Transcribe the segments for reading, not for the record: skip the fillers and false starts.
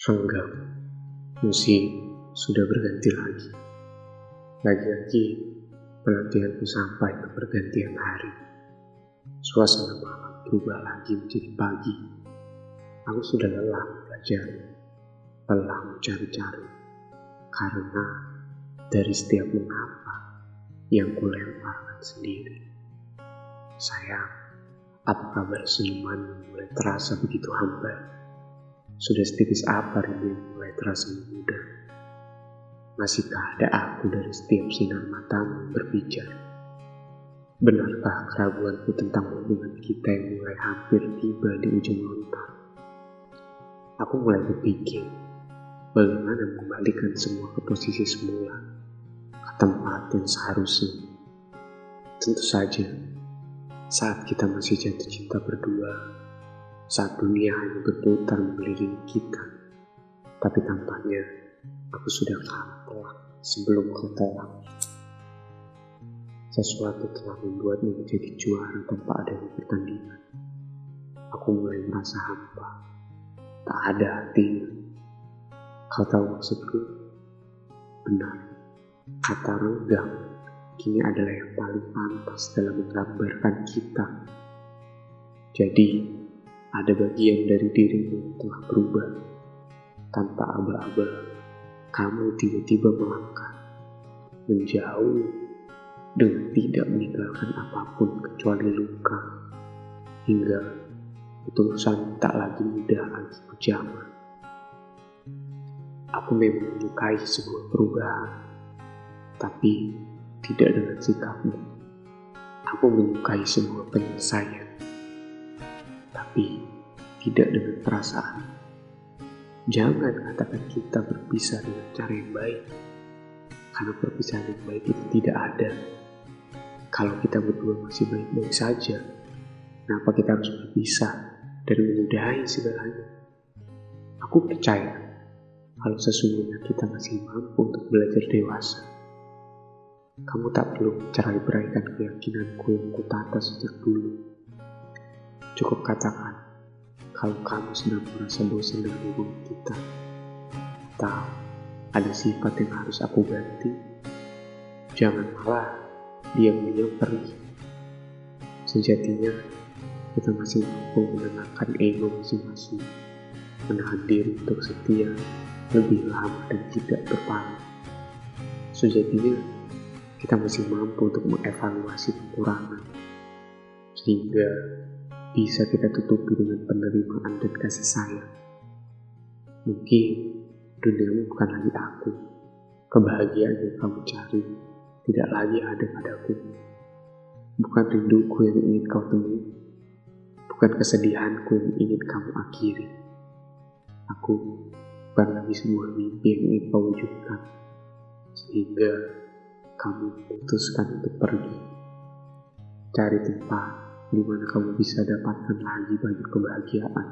Renggang, musim sudah berganti lagi. Lagi-lagi penantianku sampai ke pergantian hari. Suasana malam berubah lagi menjadi pagi. Aku sudah lelah belajar, lelah mencari-cari. Karena dari setiap mengapa yang kulemparkan sendiri. Sayang, apa kabar senyuman mulai terasa begitu hambar? Sudah setipis apa rindu yang mulai terasa memudar? Masihkah ada aku dari setiap sinar matamu yang berbicara? Benarkah keraguanku tentang hubungan kita yang mulai hampir tiba di ujung lontar? Aku mulai berpikir, bagaimana mengembalikan semua ke posisi semula, ke tempat yang seharusnya. Tentu saja, saat kita masih jatuh cinta berdua, saat dunia hanya berputar mengelilingi kita, tapi tampaknya aku sudah kalah telak sebelum kau telak. Sesuatu telah membuatmu menjadi juara tanpa adanya pertandingan. Aku mulai merasa hampa, tak ada hatinya. Kau tahu maksudku? Benar, kata renggang kini adalah yang paling pantas dalam menggambarkan kita. Jadi, ada bagian dari dirimu yang telah berubah. Tanpa aba-aba, kamu tiba-tiba melangkah, menjauh, dengan tidak meninggalkan apapun kecuali luka. Hingga ketulusan tak lagi mudah lagi kujama. Aku memang menyukai sebuah perubahan, tapi tidak dengan sikapmu. Aku menyukai sebuah penyelesaian, tapi tidak dengan perasaan. Jangan katakan kita berpisah dengan cara yang baik, karena perpisahan yang baik itu tidak ada. Kalau kita berdua masih baik-baik saja, kenapa kita harus berpisah dan menyudahi segalanya? Aku percaya kalau sesungguhnya kita masih mampu untuk belajar dewasa. Kamu tak perlu mencerai-beraikan keyakinanku yang kutata sejak dulu. Cukup katakan kalau kamu sedang merasa bosan dengan hubungan kita, atau ada sifat yang harus aku ganti. Jangan malah diam-diam pergi. Sejatinya kita masih mampu menenangkan ego masing-masing, menahan diri untuk setia lebih lama dan tidak berpaling. Sejatinya kita masih mampu untuk mengevaluasi kekurangan, sehingga bisa kita tutupi dengan penerimaan dan kasih sayang. Mungkin duniamu bukan lagi aku. Kebahagiaan yang kamu cari tidak lagi ada padaku. Bukan rinduku yang ingin kau temui. Bukan kesedihanku yang ingin kamu akhiri. Aku bukan lagi sebuah mimpi yang ingin kau wujudkan. Sehingga kamu memutuskan untuk pergi. Cari tempat di mana kamu bisa dapatkan lagi banyak kebahagiaan.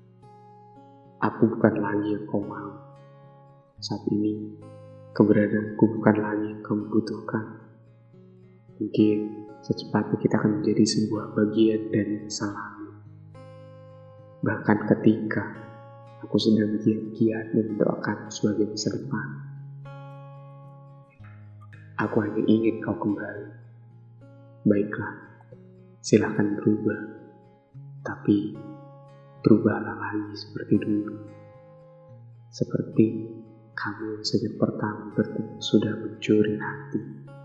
Aku bukan lagi yang kau mau. Saat ini, keberadaanku bukan lagi yang kamu butuhkan. Mungkin secepatnya kita akan menjadi sebuah bagian dari masa lalu. Bahkan ketika aku sedang giat-giat mendoakan sebagai masa depan, aku hanya ingin kau kembali. Baiklah, silahkan berubah, tapi berubahlah lagi seperti dulu. Seperti kamu yang sejak pertama bertemu sudah mencuri hati.